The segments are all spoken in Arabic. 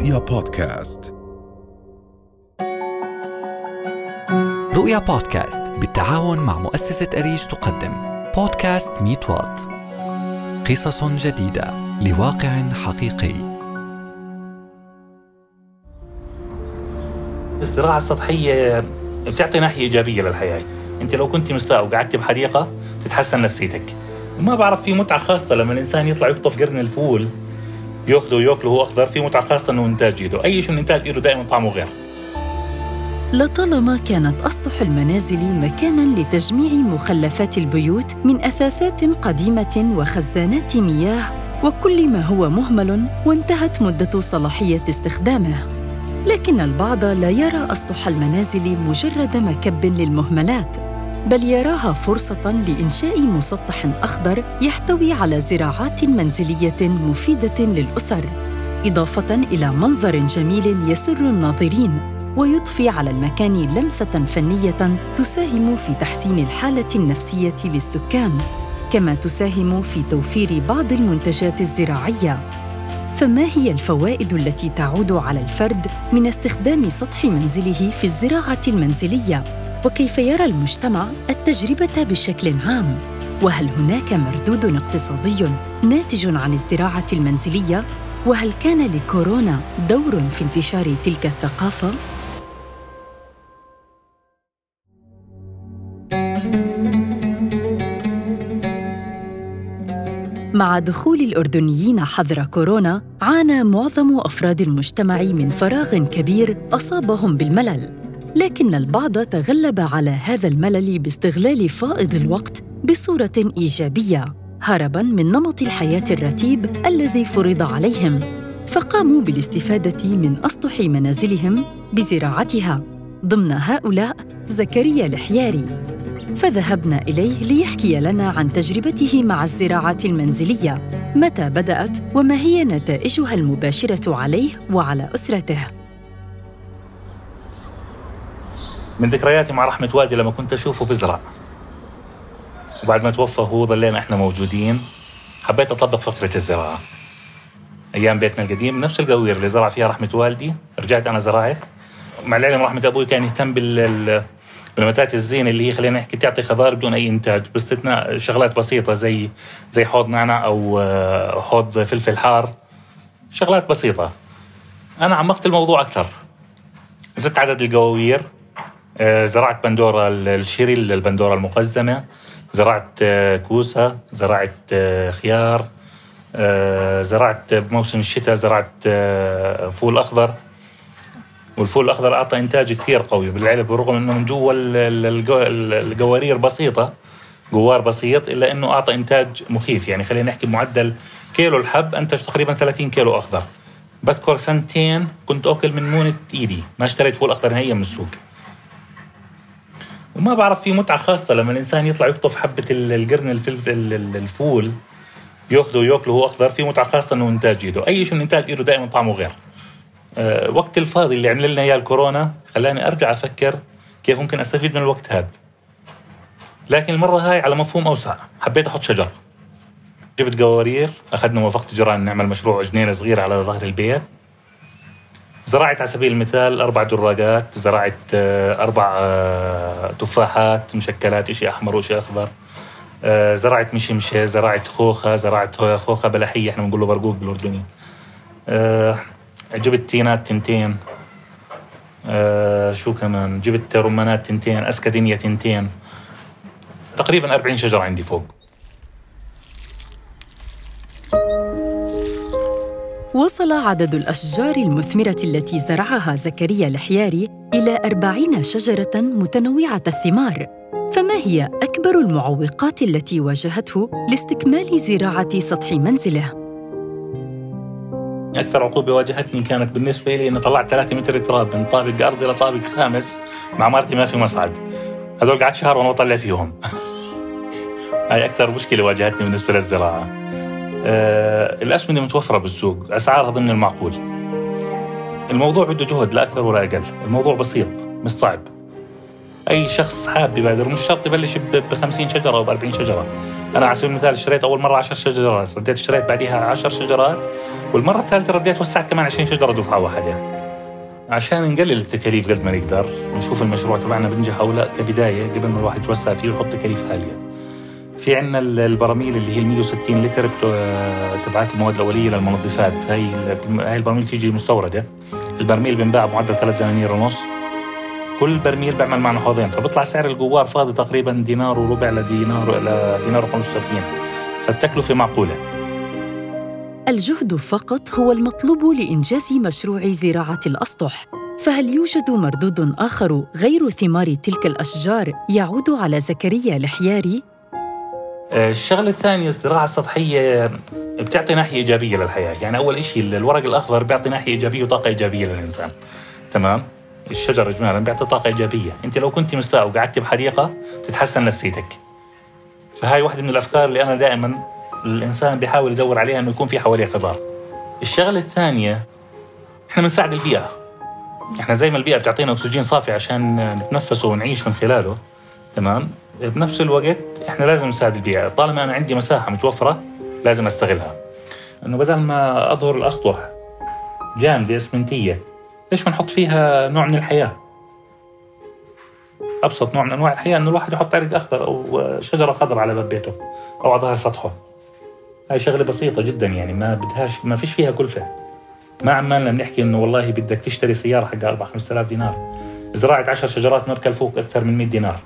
رؤيا بودكاست. رؤيا بودكاست بالتعاون مع مؤسسة أريج تقدم بودكاست 100 واط، قصص جديدة لواقع حقيقي. الزراعة السطحية بتعطي ناحية إيجابية للحياة. أنت لو كنت مستاء وقعدت بحديقة تتحسن نفسيتك. وما بعرف، في متعة خاصة لما الإنسان يطلع يقطف قرن الفول يأخذه ويأكله هو أخضر. في متعة خاصة أنه إنتاج إيده، أي شيء من إنتاج إيده دائما طعمه غير. لطالما كانت أسطح المنازل مكاناً لتجميع مخلفات البيوت من أثاثات قديمة وخزانات مياه وكل ما هو مهمل وانتهت مدة صلاحية استخدامه. لكن البعض لا يرى أسطح المنازل مجرد مكب للمهملات، بل يراها فرصة لإنشاء مسطح أخضر يحتوي على زراعات منزلية مفيدة للأسر، إضافة إلى منظر جميل يسر الناظرين ويضفي على المكان لمسة فنية تساهم في تحسين الحالة النفسية للسكان، كما تساهم في توفير بعض المنتجات الزراعية. فما هي الفوائد التي تعود على الفرد من استخدام سطح منزله في الزراعة المنزلية؟ وكيف يرى المجتمع التجربة بشكل عام؟ وهل هناك مردود اقتصادي ناتج عن الزراعة المنزلية؟ وهل كان لكورونا دور في انتشار تلك الثقافة؟ مع دخول الأردنيين حظر كورونا، عانى معظم أفراد المجتمع من فراغ كبير أصابهم بالملل، لكن البعض تغلب على هذا الملل باستغلال فائض الوقت بصورة إيجابية، هرباً من نمط الحياة الرتيب الذي فرض عليهم، فقاموا بالاستفادة من أسطح منازلهم بزراعتها. ضمن هؤلاء زكريا الحياري، فذهبنا إليه ليحكي لنا عن تجربته مع الزراعة المنزلية، متى بدأت وما هي نتائجها المباشرة عليه وعلى أسرته. من ذكرياتي مع رحمة والدي لما كنت أشوفه بزرع، وبعد ما توفى هو ظلينا إحنا موجودين. حبيت أطبق فكرة الزراعة. أيام بيتنا القديم نفس القوير اللي زرع فيها رحمة والدي رجعت أنا زرعت. مع العلم رحمة أبوي كان يهتم بالنباتات الزينة اللي هي خلينا نحكي تعطي خضار بدون أي إنتاج، باستثناء شغلات بسيطة زي حوض نعناع أو حوض فلفل حار، شغلات بسيطة. أنا عمقت الموضوع أكثر، زدت عدد القواوير، زرعت بندورة الشيري، البندورة المقزمة، زرعت كوسة، زرعت خيار، زرعت بموسم الشتاء زرعت فول أخضر. والفول الأخضر أعطى إنتاج كثير قوي بالعلب، بالرغم أنه من جوا القوارير بسيطة، جوار بسيط، إلا أنه أعطى إنتاج مخيف. يعني خلينا نحكي معدل كيلو الحب أنتج تقريبا 30 كيلو أخضر. بذكر سنتين كنت أكل من مونة إيدي، ما اشتريت فول أخضر نهائيا من السوق. وما بعرف، في متعة خاصة لما الإنسان يطلع يقطف حبة القرن الفول يأخذه ويأكله هو أخضر. في متعة خاصة أنه إنتاج إيده، أي شيء من إنتاج إيده دائما طعمه غير. وقت الفاضي اللي عمل لنا إياه الكورونا خلاني أرجع أفكر كيف ممكن أستفيد من الوقت هذا، لكن المرة هاي على مفهوم أوسع. حبيت أحط شجر، جبت قوارير، أخذنا موافقة جيران نعمل مشروع جنينة صغيرة على ظهر البيت. زرعت على سبيل المثال 4 دراجات، زرعت 4 تفاحات مشكلات، إشي أحمر وإشي أخضر، زرعت مشمشة، زرعت خوخة، زرعت خوخة بلحية، إحنا بنقول له برقوق بالأردني، جبت تينات 2، شو كمان، جبت رمانات 2، أسكادينيا 2، تقريبا 40 شجرة عندي فوق. وصل عدد الأشجار المثمرة التي زرعها زكريا الحياري إلى 40 شجرة متنوعة الثمار. فما هي أكبر المعوقات التي واجهته لاستكمال زراعة سطح منزله؟ أكثر عقوبة واجهتني كانت بالنسبة لي إنه طلعت 3 متر تراب من طابق أرضي لطابق 5 مع مرتي، ما في مصعد. هذول قعدت شهر وأنا أطلع فيهم. هاي أكثر مشكلة واجهتني بالنسبة للزراعة. الأسمدة متوفرة بالسوق، أسعارها ضمن المعقول. الموضوع بده جهد لا أكثر ولا أقل، الموضوع بسيط مش صعب. أي شخص حاب يبادر مش شرط يبلش ب50 شجرة أو ب40 شجرة. أنا على سبيل المثال اشتريت أول مرة 10 شجرات، رديت اشتريت بعدها 10 شجرات، والمرة الثالثة رديت وسعت كمان 20 شجرة دفعة واحدة، عشان نقلل التكاليف قد ما نقدر، نشوف المشروع تبعنا بنجح أو لا كبداية قبل ما الواحد يتوسع فيه ويحط تكاليف عالية. في عنا البراميل اللي هي 160 لتر تبعات المواد الأولية للمنظفات، هاي البراميل تيجي مستوردة. البرميل بنباع بمعدل 3.5 دنانير، كل برميل بيعمل معنا حوضين، فبيطلع سعر الجوار فاضي تقريبا دينار وربع لدينار و75، فالتكلفة معقولة. الجهد فقط هو المطلوب لإنجاز مشروع زراعة الأسطح، فهل يوجد مردود آخر غير ثمار تلك الأشجار يعود على زكريا الحياري؟ الشغلة الثانية، الزراعة السطحية بتعطي ناحية إيجابية للحياة. يعني أول إشي الورق الأخضر بيعطي ناحية إيجابية وطاقة إيجابية للإنسان، تمام؟ الشجر إجمالاً بيعطي طاقة إيجابية. أنت لو كنت مستاء وقعدت بحديقة تتحسن نفسيتك. فهاي واحدة من الأفكار اللي أنا دائماً الإنسان بيحاول يدور عليها، إنه يكون في حواليه خضار. الشغلة الثانية، إحنا بنساعد البيئة. إحنا زي ما البيئة بتعطينا أكسجين صافي عشان نتنفسه ونعيش من خلاله، تمام؟ بنفس الوقت إحنا لازم نساعد البيئة. طالما أنا عندي مساحة متوفرة لازم أستغلها. إنه بدل ما أظهر الأسطح جامدة إسمنتية، ليش ما نحط فيها نوع من الحياة؟ أبسط نوع من أنواع الحياة إنه الواحد يحط عرق أخضر أو شجرة خضر على باب بيته أو على ظهر سطحه. هاي شغلة بسيطة جدا، يعني ما فيش فيها كلفة. ما عمالنا بنحكي إنه والله بدك تشتري سيارة حق 4-5 آلاف دينار. زراعة 10 شجرات ما بكلفوك أكثر من 100 دينار.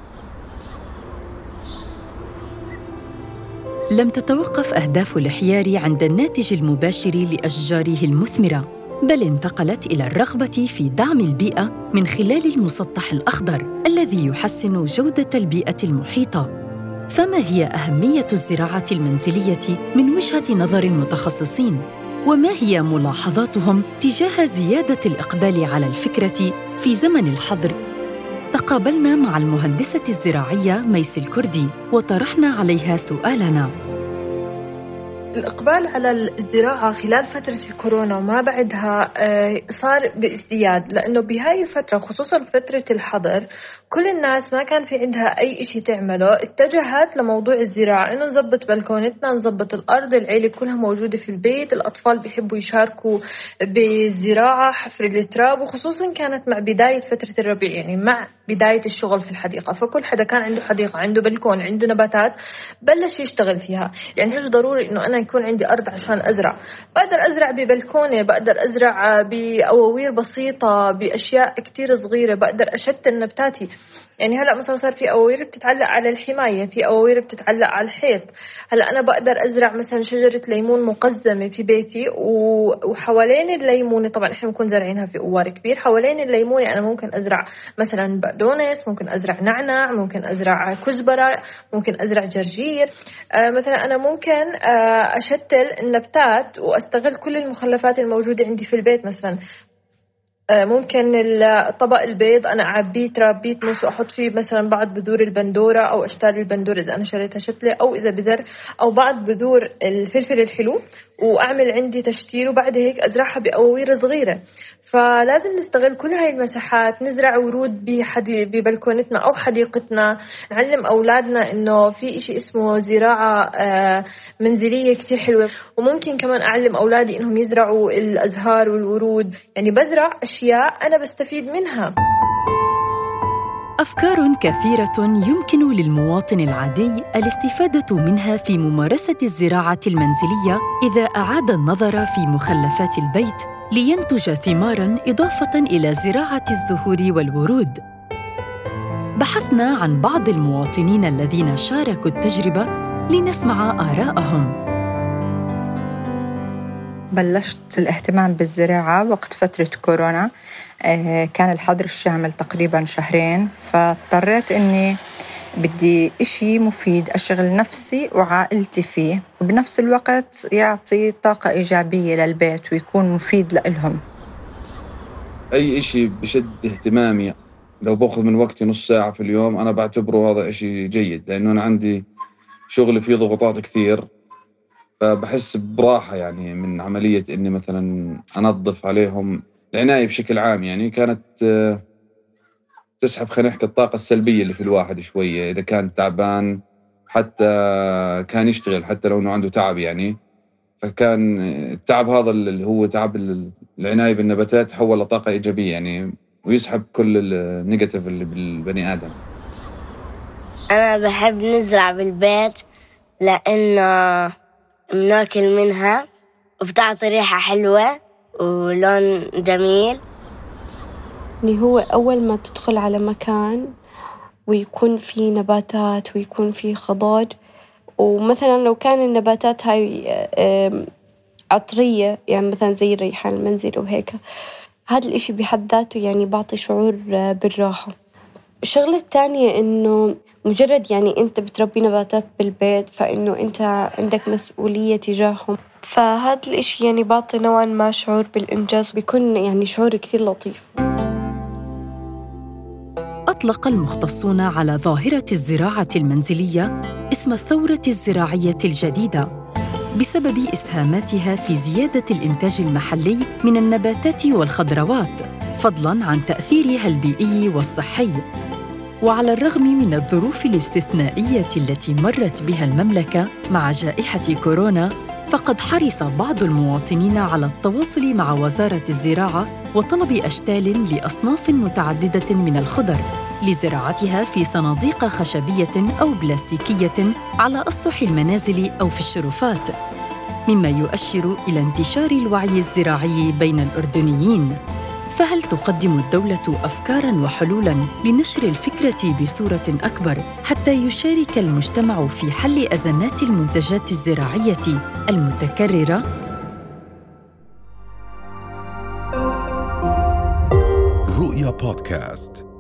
لم تتوقف أهداف الحياري عند الناتج المباشر لأشجاره المثمرة، بل انتقلت إلى الرغبة في دعم البيئة من خلال المسطح الأخضر الذي يحسن جودة البيئة المحيطة. فما هي أهمية الزراعة المنزلية من وجهة نظر المتخصصين؟ وما هي ملاحظاتهم تجاه زيادة الإقبال على الفكرة في زمن الحظر؟ تقابلنا مع المهندسة الزراعية ميس الكردي وطرحنا عليها سؤالنا. الإقبال على الزراعة خلال فترة كورونا وما بعدها صار بازدياد، لأنه بهاي الفترة خصوصاً فترة الحظر كل الناس ما كان في عندها أي إشي تعمله، اتجهت لموضوع الزراعة، إنه نزبط بلكونتنا، نزبط الأرض، العيلة كلها موجودة في البيت، الأطفال بيحبوا يشاركوا بالزراعة، حفر التراب، وخصوصاً كانت مع بداية فترة الربيع، يعني مع بداية الشغل في الحديقة، فكل حدا كان عنده حديقة، عنده بلكون، عنده نباتات، بلش يشتغل فيها. يعني مش ضروري إنه أنا يكون عندي أرض عشان أزرع، بقدر أزرع ببلكونة، بقدر أزرع بأواوير بسيطة، بأشياء كتير صغيرة، بقدر أشتل نباتاتي. يعني هلأ مثلا صار في أواوير بتتعلق على الحماية، في أواوير بتتعلق على الحيط. هلأ أنا بقدر أزرع مثلا شجرة ليمون مقزمة في بيتي، وحوالين الليمونة، طبعا إحنا بنكون زارعينها في أوار كبير، حوالين الليمونة أنا ممكن أزرع مثلا بقدونس، ممكن أزرع نعناع، ممكن أزرع كزبرة، ممكن أزرع جرجير. مثلا أنا ممكن أشتل النباتات وأستغل كل المخلفات الموجودة عندي في البيت. مثلا ممكن الطبق البيض أنا أعبيه تراب بيتموس وأحط فيه مثلا بعض بذور البندورة أو أشتال البندورة إذا أنا شريتها شتلة، أو إذا بذر أو بعض بذور الفلفل الحلو، وأعمل عندي تشتيل، وبعد هيك أزرعها بأواوير صغيرة. فلازم نستغل كل هاي المساحات، نزرع ورود ببلكونتنا أو حديقتنا، نعلم أولادنا إنه في إشي اسمه زراعة منزلية كتير حلوة. وممكن كمان أعلم أولادي إنهم يزرعوا الأزهار والورود، يعني بزرع أشياء أنا بستفيد منها. أفكار كثيرة يمكن للمواطن العادي الاستفادة منها في ممارسة الزراعة المنزلية إذا أعاد النظر في مخلفات البيت لينتج ثماراً إضافة إلى زراعة الزهور والورود. بحثنا عن بعض المواطنين الذين شاركوا التجربة لنسمع آراءهم. بلشت الاهتمام بالزراعة وقت فترة كورونا، كان الحظر الشامل تقريباً 2 شهر، فاضطريت إني بدي إشي مفيد أشغل نفسي وعائلتي فيه، وبنفس الوقت يعطي طاقة إيجابية للبيت ويكون مفيد لإلهم. أي إشي بشد اهتمامي لو باخذ من وقتي نص ساعة في اليوم أنا بعتبره هذا إشي جيد، لأنه أنا عندي شغل فيه ضغوطات كثير، فبحس براحة يعني من عملية إني مثلا أنظف عليهم. العناية بشكل عام يعني كانت تسحب خلينا نحكي الطاقة السلبية اللي في الواحد شوية. إذا كان تعبان حتى كان يشتغل حتى لو إنه عنده تعب يعني، فكان التعب هذا اللي هو تعب العناية بالنباتات تحول لطاقة إيجابية يعني، ويسحب كل النيجاتيف اللي بالبني آدم. أنا بحب نزرع بالبيت لأنه بناكل منها وبتعطي ريحة حلوة ولون جميل. يعني هو أول ما تدخل على مكان ويكون فيه نباتات ويكون فيه خضار، ومثلا لو كان النباتات هاي عطرية يعني مثلا زي الريحان المنزل وهيك، هذا الإشي بحد ذاته يعني بعطي شعور بالراحة. الشغلة الثانية إنه مجرد يعني أنت بتربي نباتات بالبيت فإنه أنت عندك مسؤولية تجاههم، فهذا الإشي يعني بعطي نوعا ما شعور بالإنجاز، بيكون يعني شعور كثير لطيف. أطلق المختصون على ظاهرة الزراعة المنزلية اسم الثورة الزراعية الجديدة بسبب إسهاماتها في زيادة الإنتاج المحلي من النباتات والخضروات، فضلاً عن تأثيرها البيئي والصحي. وعلى الرغم من الظروف الاستثنائية التي مرت بها المملكة مع جائحة كورونا، فقد حرص بعض المواطنين على التواصل مع وزارة الزراعة وطلب أشتال لأصناف متعددة من الخضر لزراعتها في صناديق خشبية أو بلاستيكية على أسطح المنازل أو في الشرفات، مما يؤشر إلى انتشار الوعي الزراعي بين الأردنيين. فهل تقدم الدولة أفكاراً وحلولاً لنشر الفكرة بصورة أكبر حتى يشارك المجتمع في حل أزمات المنتجات الزراعية المتكررة؟ رؤيا بودكاست.